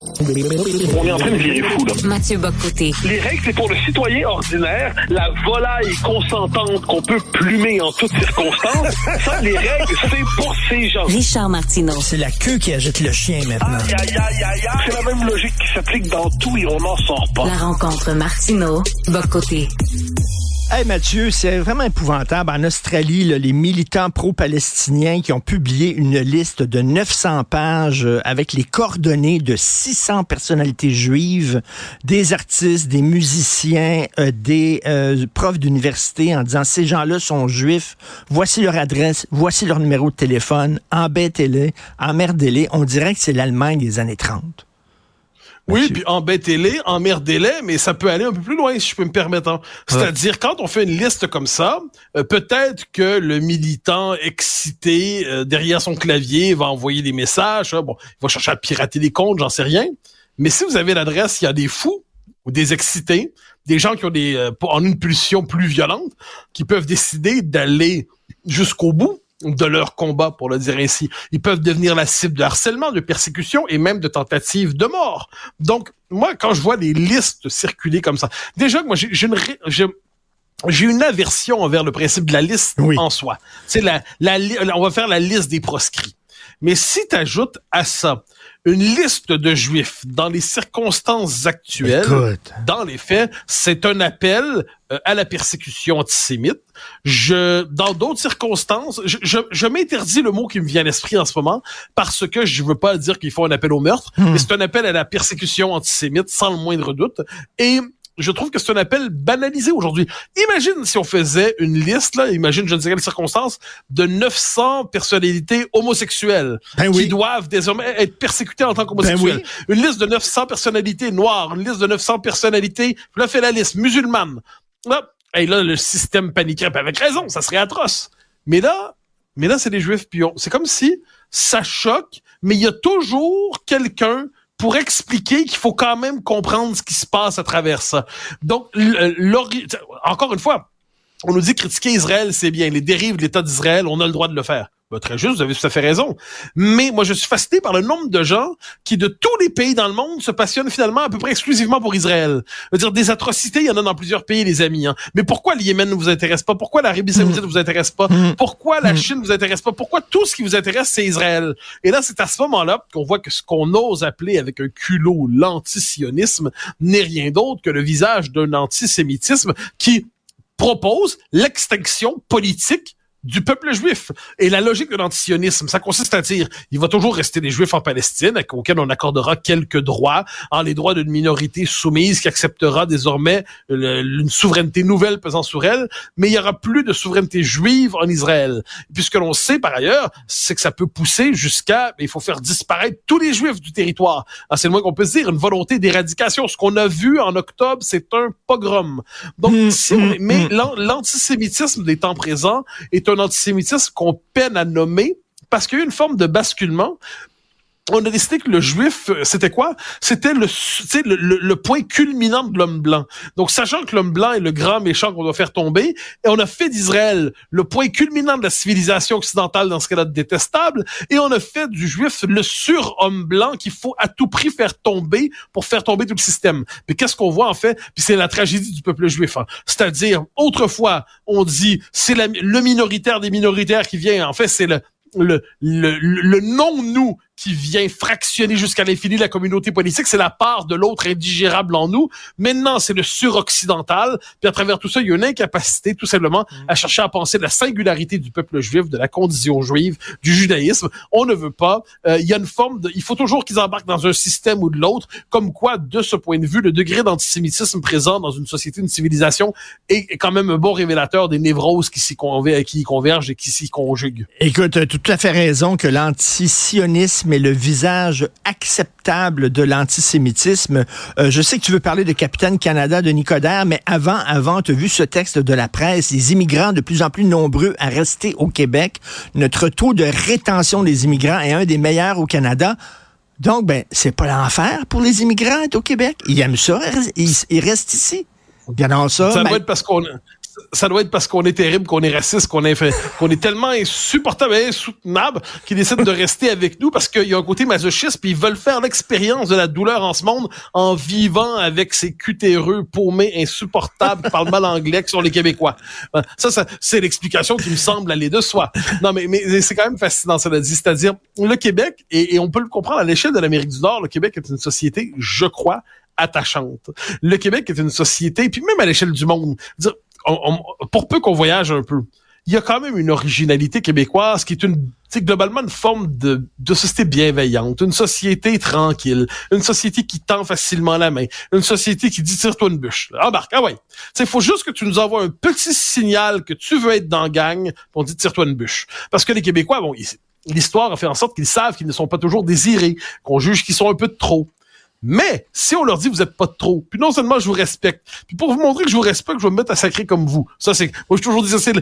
On est en train de virer fou, là. Mathieu Bock-Côté. Les règles, c'est pour le citoyen ordinaire, la volaille consentante qu'on peut plumer en toutes circonstances. Ça, les règles, c'est pour ces gens. Richard Martineau. C'est la queue qui agite le chien maintenant. Aïe, aïe, aïe, aïe, aïe. C'est la même logique qui s'applique dans tout et on n'en sort pas. La rencontre Martineau-Bock-Côté. Hey Mathieu, c'est vraiment épouvantable. En Australie, là, les militants pro-palestiniens qui ont publié une liste de 900 pages avec les coordonnées de 600 personnalités juives, des artistes, des musiciens, des profs d'université en disant ces gens-là sont juifs, voici leur adresse, voici leur numéro de téléphone, embêtez-les, emmerdez-les. On dirait que c'est l'Allemagne des années 30. Oui, puis embêtez-les, emmerdez-les, mais ça peut aller un peu plus loin, si je peux me permettre. Hein. C'est-à-dire, quand on fait une liste comme ça, peut-être que le militant excité derrière son clavier va envoyer des messages. Bon, il va chercher à pirater des comptes, j'en sais rien. Mais si vous avez l'adresse, il y a des fous ou des excités, des gens qui ont en une pulsion plus violente, qui peuvent décider d'aller jusqu'au bout de leur combat, pour le dire ainsi. Ils peuvent devenir la cible de harcèlement, de persécution et même de tentatives de mort. Donc, moi, quand je vois des listes circuler comme ça, déjà, moi, j'ai une aversion envers le principe de la liste en soi. C'est on va faire la liste des proscrits. Mais si tu ajoutes à ça une liste de juifs dans les circonstances actuelles, dans les faits, c'est un appel à la persécution antisémite. Dans d'autres circonstances, je m'interdis le mot qui me vient à l'esprit en ce moment parce que je veux pas dire qu'il faut un appel au meurtre, mais c'est un appel à la persécution antisémite sans le moindre doute. Et je trouve que c'est un appel banalisé aujourd'hui. Imagine si on faisait une liste, là, imagine, je ne sais quelle circonstance, de 900 personnalités homosexuelles qui doivent désormais être persécutées en tant qu'homosexuelles. Une liste de 900 personnalités noires, une liste de 900 personnalités, je l'ai fait la liste, musulmanes. Là, le système paniquerait, avec raison, ça serait atroce. Mais là, c'est des juifs pions. C'est comme si ça choque, mais il y a toujours quelqu'un pour expliquer qu'il faut quand même comprendre ce qui se passe à travers ça. Donc, encore une fois, on nous dit critiquer Israël, c'est bien. Les dérives de l'État d'Israël, on a le droit de le faire. Très juste, vous avez tout à fait raison. Mais moi, je suis fasciné par le nombre de gens qui, de tous les pays dans le monde, se passionnent finalement à peu près exclusivement pour Israël. Je veux dire, des atrocités, il y en a dans plusieurs pays, les amis. Hein. Mais pourquoi le Yémen ne vous intéresse pas? Pourquoi l'Arabie Saoudite ne vous intéresse pas? Pourquoi la Chine ne vous intéresse pas? Pourquoi tout ce qui vous intéresse, c'est Israël? Et là, c'est à ce moment-là qu'on voit que ce qu'on ose appeler avec un culot l'antisionisme n'est rien d'autre que le visage d'un antisémitisme qui propose l'extinction politique du peuple juif. Et la logique de l'antisionisme, ça consiste à dire, il va toujours rester des juifs en Palestine, auxquels on accordera quelques droits, les droits d'une minorité soumise qui acceptera désormais une souveraineté nouvelle pesant sur elle, mais il y aura plus de souveraineté juive en Israël. Puisque l'on sait par ailleurs, c'est que ça peut pousser jusqu'à, il faut faire disparaître tous les juifs du territoire. C'est le moins qu'on peut se dire, une volonté d'éradication. Ce qu'on a vu en octobre, c'est un pogrom. Donc, mais l'antisémitisme des temps présents est un antisémitisme qu'on peine à nommer parce qu'il y a eu une forme de basculement. On a décidé que le juif, c'était quoi? C'était le point culminant de l'homme blanc. Donc, sachant que l'homme blanc est le grand méchant qu'on doit faire tomber, et on a fait d'Israël le point culminant de la civilisation occidentale dans ce cas-là détestable, et on a fait du juif le surhomme blanc qu'il faut à tout prix faire tomber pour faire tomber tout le système. Mais qu'est-ce qu'on voit en fait? Puis c'est la tragédie du peuple juif. Hein. C'est-à-dire, autrefois, on dit, c'est le minoritaire des minoritaires qui vient. En fait, c'est le non-nous qui vient fractionner jusqu'à l'infini la communauté politique, c'est la part de l'autre indigérable en nous. Maintenant, c'est le sur-occidental. Puis à travers tout ça, il y a une incapacité, tout simplement, à chercher à penser la singularité du peuple juif, de la condition juive, du judaïsme. On ne veut pas. Il y a une forme il faut toujours qu'ils embarquent dans un système ou de l'autre. Comme quoi, de ce point de vue, le degré d'antisémitisme présent dans une société, une civilisation, est quand même un bon révélateur des névroses qui y convergent et qui s'y conjuguent. Écoute, tu as tout à fait raison que l'antisionisme est le visage acceptable de l'antisémitisme. Je sais que tu veux parler de Capitaine Canada de Nicodère, mais avant, tu as vu ce texte de la presse, les immigrants de plus en plus nombreux à rester au Québec. Notre taux de rétention des immigrants est un des meilleurs au Canada. Donc, c'est pas l'enfer pour les immigrants au Québec. Ils aiment ça, ils restent ici. Regardons ça. Ça va être parce qu'on ça doit être parce qu'on est terrible, qu'on est raciste, qu'on est tellement insupportable, insoutenable, qu'ils décident de rester avec nous parce qu'il y a un côté masochiste, puis ils veulent faire l'expérience de la douleur en ce monde en vivant avec ces cutéreux paumés insupportables qui parlent mal anglais, qui sont les Québécois. Ça, c'est l'explication qui me semble aller de soi. Non, mais c'est quand même fascinant, cela dit. C'est-à-dire, le Québec, et on peut le comprendre à l'échelle de l'Amérique du Nord, le Québec est une société, je crois, attachante. Le Québec est une société, puis même à l'échelle du monde, pour peu qu'on voyage un peu, il y a quand même une originalité québécoise qui est globalement une forme de société bienveillante, une société tranquille, une société qui tend facilement la main, une société qui dit tire-toi une bûche, embarque, ah ouais. Il faut juste que tu nous envoies un petit signal que tu veux être dans la gang, puis on dit tire-toi une bûche. Parce que les Québécois, l'histoire a fait en sorte qu'ils savent qu'ils ne sont pas toujours désirés, qu'on juge qu'ils sont un peu de trop. Mais, si on leur dit, vous êtes pas de trop, puis non seulement je vous respecte, puis pour vous montrer que je vous respecte, je vais me mettre à sacrer comme vous. Ça, moi, je toujours dis ça, c'est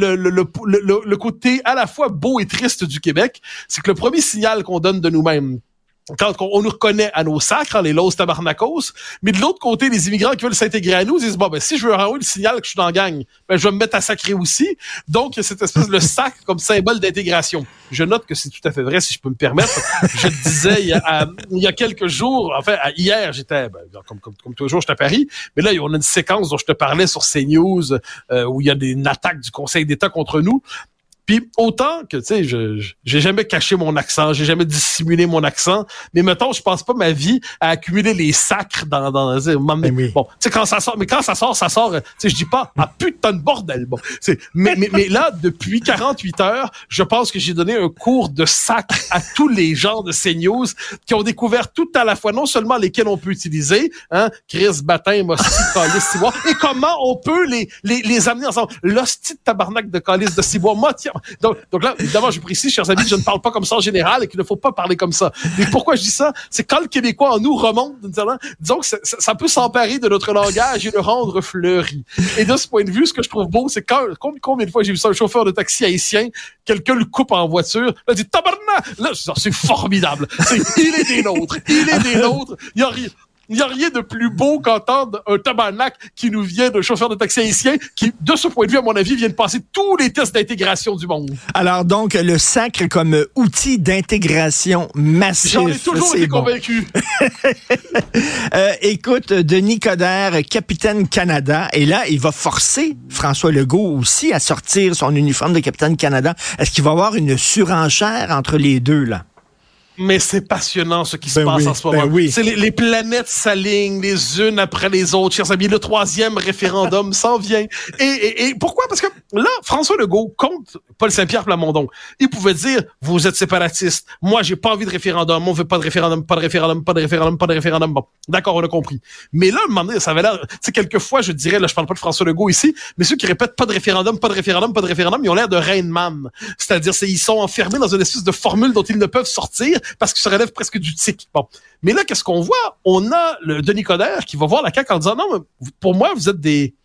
le côté à la fois beau et triste du Québec, c'est que le premier signal qu'on donne de nous-mêmes, quand on nous reconnaît à nos sacres, les Los Tabarnakos, mais de l'autre côté, les immigrants qui veulent s'intégrer à nous disent, si je veux renvoyer le signal que je suis dans la gang, je vais me mettre à sacrer aussi. Donc, il y a cette espèce de sacre comme symbole d'intégration. Je note que c'est tout à fait vrai, si je peux me permettre. Je te disais, il y a quelques jours, hier, j'étais, comme tous les jours, j'étais à Paris, mais là, on a une séquence dont je te parlais sur CNews, où il y a une attaque du Conseil d'État contre nous. Puis autant que, tu sais, j'ai jamais caché mon accent, j'ai jamais dissimulé mon accent, mais mettons, je passe pas ma vie à accumuler les sacres dans oui. Bon, tu sais, quand ça sort, ça sort, tu sais, je dis pas, putain de bordel, bon. Mais là, depuis 48 heures, je pense que j'ai donné un cours de sacre à tous les gens de CNews qui ont découvert tout à la fois, non seulement lesquels on peut utiliser, Chris, baptême, hostie, calice, ciboire, et comment on peut les amener ensemble. L'hostie de tabarnak de calice de ciboire, moi, tiens, donc là, évidemment, je précise, chers amis, que je ne parle pas comme ça en général et qu'il ne faut pas parler comme ça. Mais pourquoi je dis ça? C'est quand le Québécois en nous remonte, disons que ça peut s'emparer de notre langage et le rendre fleuri. Et de ce point de vue, ce que je trouve beau, c'est combien de fois j'ai vu ça, un chauffeur de taxi haïtien, quelqu'un le coupe en voiture, là, il dit tabarnak! Là, c'est formidable. Il est des nôtres. Il n'y a rien de plus beau qu'entendre un tabarnak qui nous vient d'un chauffeur de taxi haïtien qui, de ce point de vue, à mon avis, vient de passer tous les tests d'intégration du monde. Alors donc, le sacre comme outil d'intégration massif. J'en ai toujours été convaincu. Écoute, Denis Coderre, Capitaine Canada, et là, il va forcer François Legault aussi à sortir son uniforme de Capitaine Canada. Est-ce qu'il va y avoir une surenchère entre les deux, là? Mais c'est passionnant ce qui se passe en ce moment. C'est les planètes s'alignent les unes après les autres, chers amis. Le 3e référendum s'en vient. Et pourquoi? Parce que là, François Legault contre Paul Saint-Pierre Plamondon. Il pouvait dire, vous êtes séparatistes. Moi, j'ai pas envie de référendum. On veut pas de référendum, pas de référendum, pas de référendum, pas de référendum. Bon, d'accord, on a compris. Mais là, à un moment donné, ça avait l'air, tu sais, quelquefois, je dirais, là, je parle pas de François Legault ici, mais ceux qui répètent pas de référendum, pas de référendum, pas de référendum, ils ont l'air de Rain Man. C'est-à-dire, ils sont enfermés dans une espèce de formule dont ils ne peuvent sortir parce que ça relève presque du tic. Bon. Mais là, qu'est-ce qu'on voit? On a le Denis Coderre qui va voir la CAQ en disant, non, mais pour moi, vous êtes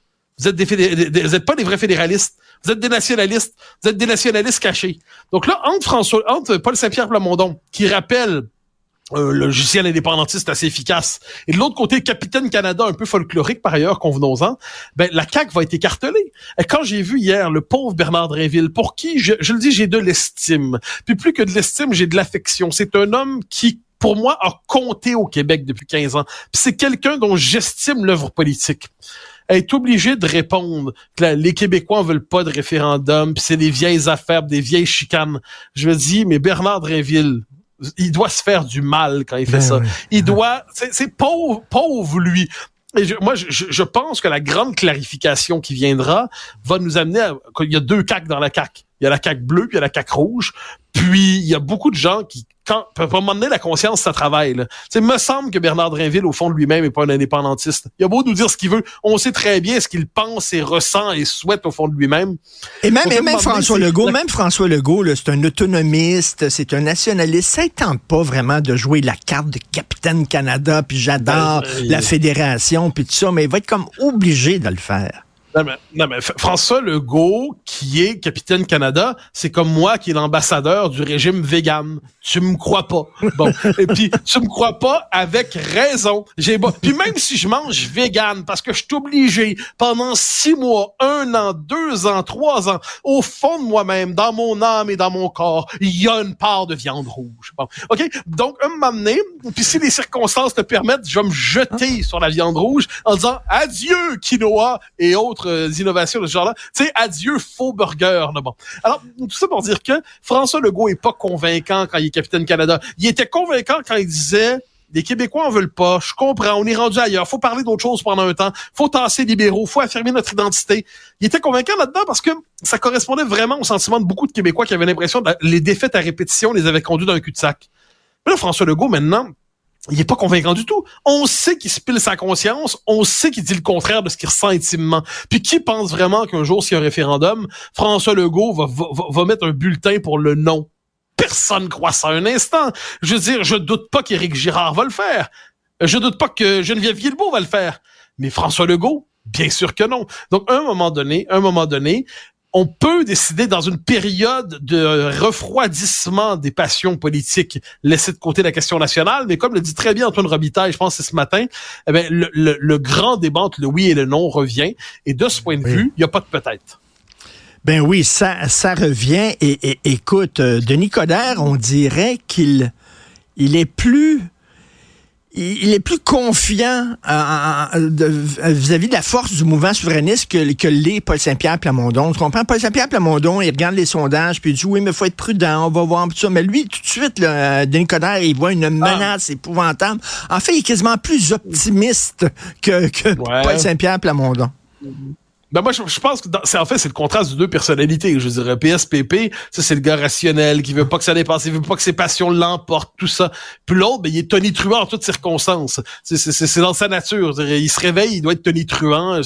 pas des vrais fédéralistes. Vous êtes des nationalistes. Vous êtes des nationalistes cachés. Donc là, entre Paul Saint-Pierre Plamondon, qui rappelle le logiciel indépendantiste assez efficace, et de l'autre côté, Capitaine Canada, un peu folklorique par ailleurs, convenons-en, la CAQ va être écartelée. Et quand j'ai vu hier le pauvre Bernard Drinville, pour qui, je le dis, j'ai de l'estime. Puis plus que de l'estime, j'ai de l'affection. C'est un homme qui, pour moi, a compté au Québec depuis 15 ans. Puis c'est quelqu'un dont j'estime l'œuvre politique. Être obligé de répondre que les Québécois ne veulent pas de référendum, puis c'est des vieilles affaires, des vieilles chicanes. Je me dis, mais Bernard Drinville, il doit se faire du mal quand il fait ça. Oui. Il doit, c'est pauvre lui. Et je pense que la grande clarification qui viendra va nous amener qu'il y a 2 CAQ dans la CAQ. Il y a la CAQ bleue, puis il y a la CAQ rouge. Puis, il y a beaucoup de gens qui, à un moment donné, la conscience, ça travaille, là. Tu sais, me semble que Bernard Drinville, au fond de lui-même, est pas un indépendantiste. Il a beau nous dire ce qu'il veut. On sait très bien ce qu'il pense et ressent et souhaite au fond de lui-même. Et même François Legault, là, c'est un autonomiste, c'est un nationaliste. Ça ne tente pas vraiment de jouer la carte de Capitaine Canada, puis j'adore la fédération, puis tout ça, mais il va être comme obligé de le faire. Non, mais François Legault, qui est capitaine Canada, c'est comme moi qui est l'ambassadeur du régime vegan. Tu me crois pas. Bon. Et puis, tu me crois pas avec raison. Puis même si je mange vegan, parce que je suis obligé pendant 6 mois, 1 an, 2 ans, 3 ans, au fond de moi-même, dans mon âme et dans mon corps, il y a une part de viande rouge. Bon. OK? Donc, un moment donné, puis si les circonstances le permettent, je vais me jeter sur la viande rouge en disant adieu quinoa et autres innovations de ce genre-là. Tu sais, adieu faux burger. Là, bon. Alors, tout ça pour dire que François Legault est pas convaincant quand il est capitaine Canada. Il était convaincant quand il disait les Québécois en veulent pas, je comprends, on est rendu ailleurs, faut parler d'autre chose pendant un temps, faut tasser libéraux, faut affirmer notre identité. Il était convaincant là-dedans parce que ça correspondait vraiment au sentiment de beaucoup de Québécois qui avaient l'impression que les défaites à répétition les avaient conduits dans un cul-de-sac. Mais là, François Legault, maintenant, il est pas convaincant du tout. On sait qu'il se pile sa conscience, on sait qu'il dit le contraire de ce qu'il ressent intimement. Puis qui pense vraiment qu'un jour, s'il y a un référendum, François Legault va mettre un bulletin pour le non? Personne croit ça un instant. Je veux dire, je doute pas qu'Éric Girard va le faire. Je doute pas que Geneviève Guilbeault va le faire. Mais François Legault, bien sûr que non. Donc, à un moment donné, on peut décider dans une période de refroidissement des passions politiques, laisser de côté la question nationale, mais comme le dit très bien Antoine Robitaille, je pense que c'est ce matin, eh bien, le grand débat entre le oui et le non revient, et de ce point de vue, il n'y a pas de peut-être. Ben oui, ça revient, et écoute, Denis Coderre, on dirait qu'il est plus confiant vis-à-vis de la force du mouvement souverainiste que l'est Paul Saint-Pierre Plamondon. Tu comprends? Paul Saint-Pierre Plamondon, il regarde les sondages, puis il dit, oui, mais il faut être prudent, on va voir tout ça. Mais lui, tout de suite, là, Denis Coderre, il voit une menace épouvantable. En fait, il est quasiment plus optimiste que Paul Saint-Pierre Plamondon. Ben moi, je pense que c'est le contraste de deux personnalités. Je dirais, PSPP, ça c'est le gars rationnel qui veut pas que ça dépasse, il veut pas que ses passions l'emportent, tout ça. Puis l'autre, ben il est tonitruant en toutes circonstances. C'est dans sa nature. Il se réveille, il doit être tonitruant.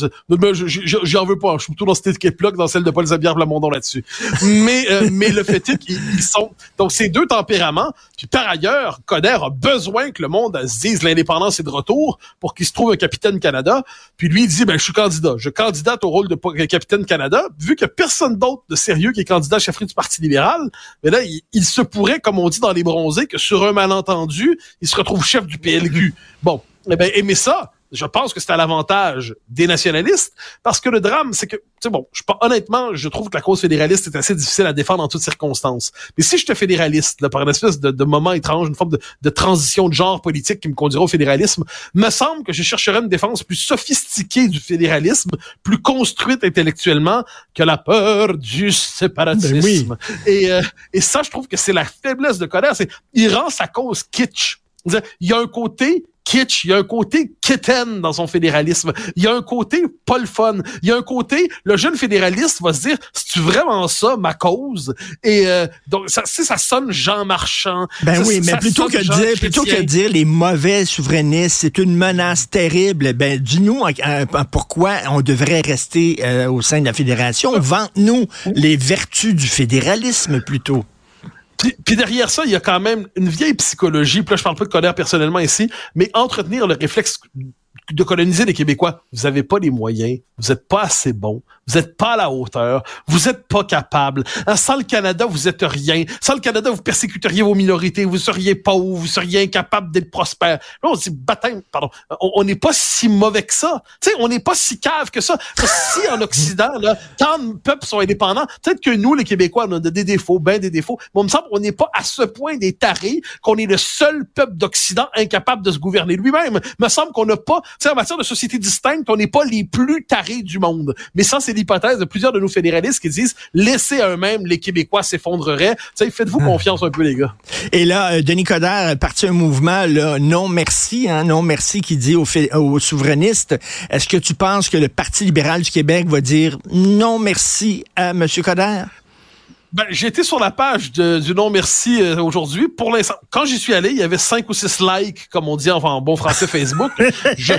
J'en veux pas. Je suis plutôt dans cette équipe-là que dans celle de Paul Saint-Pierre Plamondon là-dessus. Mais le fait est qu'ils sont donc ces deux tempéraments. Puis par ailleurs, Coderre a besoin que le monde se dise l'indépendance est de retour pour qu'il se trouve un capitaine Canada. Puis lui il dit ben je suis candidat, je candidate au rôle de capitaine Canada, vu qu'il n'y a personne d'autre de sérieux qui est candidat à la chefferie du Parti libéral, mais là, il se pourrait, comme on dit dans les bronzés, que sur un malentendu, il se retrouve chef du PLQ. Bon, eh ben, aimer ça, je pense que c'est à l'avantage des nationalistes, parce que le drame, c'est que, tu sais, bon, honnêtement, je trouve que la cause fédéraliste est assez difficile à défendre en toutes circonstances. Mais si je te fédéraliste, là, par une espèce de moment étrange, une forme de transition de genre politique qui me conduira au fédéralisme, me semble que je chercherais une défense plus sophistiquée du fédéralisme, plus construite intellectuellement que la peur du séparatisme. Ben oui. Et ça, je trouve que c'est la faiblesse de Coderre, il rend sa cause kitsch. Il y a un côté kitsch, il y a un côté kitten dans son fédéralisme, il y a un côté pas le fun, il y a un côté, le jeune fédéraliste va se dire, c'est-tu vraiment ça, ma cause? Et donc, ça sonne Jean Marchand. Ben oui, mais plutôt que dire les mauvais souverainistes, c'est une menace terrible, ben dis-nous pourquoi on devrait rester au sein de la fédération. Vante-nous les vertus du fédéralisme plutôt. Puis derrière ça, il y a quand même une vieille psychologie. Puis là, je parle pas de Coderre personnellement ici, mais entretenir le réflexe de coloniser les Québécois. Vous avez pas les moyens, vous êtes pas assez bon, vous êtes pas à la hauteur, vous êtes pas capable. Sans le Canada, vous êtes rien. Sans le Canada, vous persécuteriez vos minorités, vous seriez pauvres, vous seriez incapable d'être prospère. Là, on se dit, baptême, pardon, on n'est pas si mauvais que ça. Tu sais, on n'est pas si cave que ça. Si en Occident, là, tant de peuples sont indépendants, peut-être que nous, les Québécois, on a des défauts, ben des défauts, mais il me semble qu'on n'est pas à ce point des tarés qu'on est le seul peuple d'Occident incapable de se gouverner lui-même. Il me semble qu'on n'a pas, tu sais, en matière de société distincte, on n'est pas les plus tarés du monde. Mais ça, c'est l'hypothèse de plusieurs de nos fédéralistes qui disent laissez à eux-mêmes, les Québécois s'effondreraient. Tu sais, faites-vous confiance un peu, les gars. Et là, Denis Coderre partit un mouvement, là, non merci, qui dit aux souverainistes. Est-ce que tu penses que le Parti libéral du Québec va dire non merci à M. Coderre? Ben, j'ai été sur la page du non merci aujourd'hui. Pour l'instant, quand j'y suis allé, il y avait 5 ou 6 likes, comme on dit en bon français Facebook. Je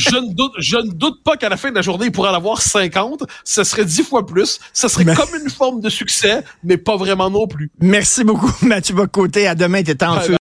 ne doute pas qu'à la fin de la journée, il pourrait en avoir 50. Ce serait 10 fois plus. Ce serait comme une forme de succès, mais pas vraiment non plus. Merci beaucoup, Mathieu Bock-Côté. À demain, t'es en feu.